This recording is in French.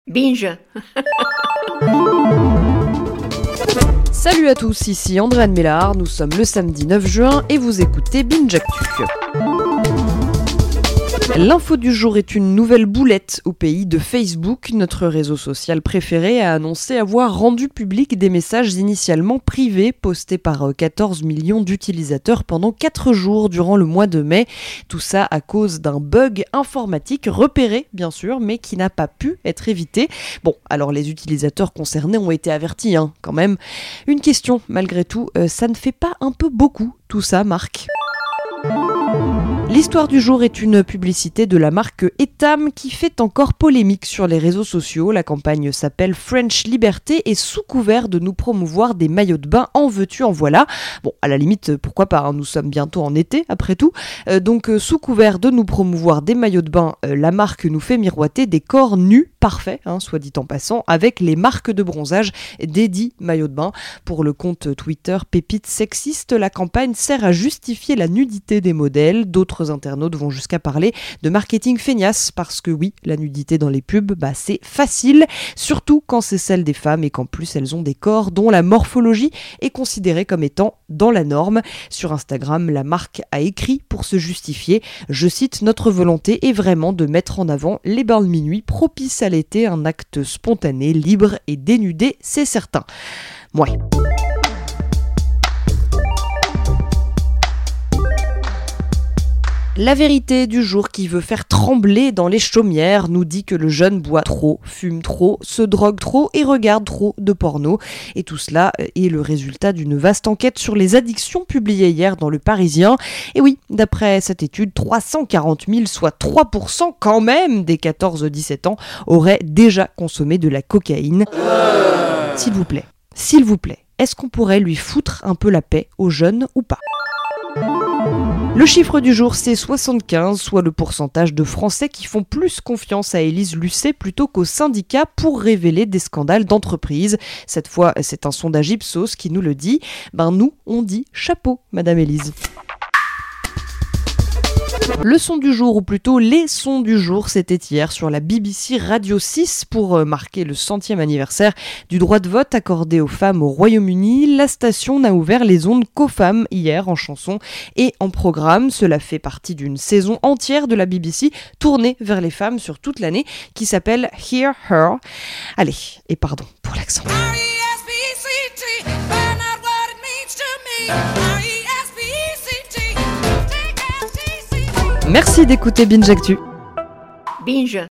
Binge. Salut à tous, ici Andréane Mélard, nous sommes le samedi 9 juin et vous écoutez Binge Actu. L'info du jour est une nouvelle boulette au pays de Facebook. Notre réseau social préféré a annoncé avoir rendu public des messages initialement privés postés par 14 millions d'utilisateurs pendant 4 jours durant le mois de mai. Tout ça à cause d'un bug informatique repéré, bien sûr, mais qui n'a pas pu être évité. Bon, alors les utilisateurs concernés ont été avertis, quand même. Une question, malgré tout, ça ne fait pas un peu beaucoup tout ça, Marc ? L'histoire du jour est une publicité de la marque Etam qui fait encore polémique sur les réseaux sociaux. La campagne s'appelle French Liberté et sous couvert de nous promouvoir des maillots de bain en veux-tu en voilà. Bon, à la limite, pourquoi pas, nous sommes bientôt en été après tout. Donc sous couvert de nous promouvoir des maillots de bain, la marque nous fait miroiter des corps nus parfaits, soit dit en passant, avec les marques de bronzage des dits maillots de bain. Pour le compte Twitter Pépite Sexiste, la campagne sert à justifier la nudité des modèles. D'autres internautes vont jusqu'à parler de marketing feignasse parce que oui, la nudité dans les pubs, c'est facile, surtout quand c'est celle des femmes et qu'en plus elles ont des corps dont la morphologie est considérée comme étant dans la norme. Sur Instagram, la marque a écrit pour se justifier, je cite, notre volonté est vraiment de mettre en avant les bains de minuit propices à l'été, un acte spontané, libre et dénudé, c'est certain. Ouais. La vérité du jour qui veut faire trembler dans les chaumières nous dit que le jeune boit trop, fume trop, se drogue trop et regarde trop de porno. Et tout cela est le résultat d'une vaste enquête sur les addictions publiée hier dans Le Parisien. Et oui, d'après cette étude, 340 000, soit 3% quand même des 14-17 ans, auraient déjà consommé de la cocaïne. S'il vous plaît, est-ce qu'on pourrait lui foutre un peu la paix aux jeunes ou pas ? Le chiffre du jour, c'est 75, soit le pourcentage de Français qui font plus confiance à Élise Lucet plutôt qu'aux syndicats pour révéler des scandales d'entreprise. Cette fois, c'est un sondage Ipsos qui nous le dit. Nous, on dit chapeau, Madame Élise. Le son du jour, ou plutôt les sons du jour, c'était hier sur la BBC Radio 6 pour marquer le 100e anniversaire du droit de vote accordé aux femmes au Royaume-Uni. La station n'a ouvert les ondes qu'aux femmes hier en chanson et en programme. Cela fait partie d'une saison entière de la BBC tournée vers les femmes sur toute l'année qui s'appelle Hear Her. Allez, et pardon pour l'accent. Merci d'écouter Binge Actu. Binge.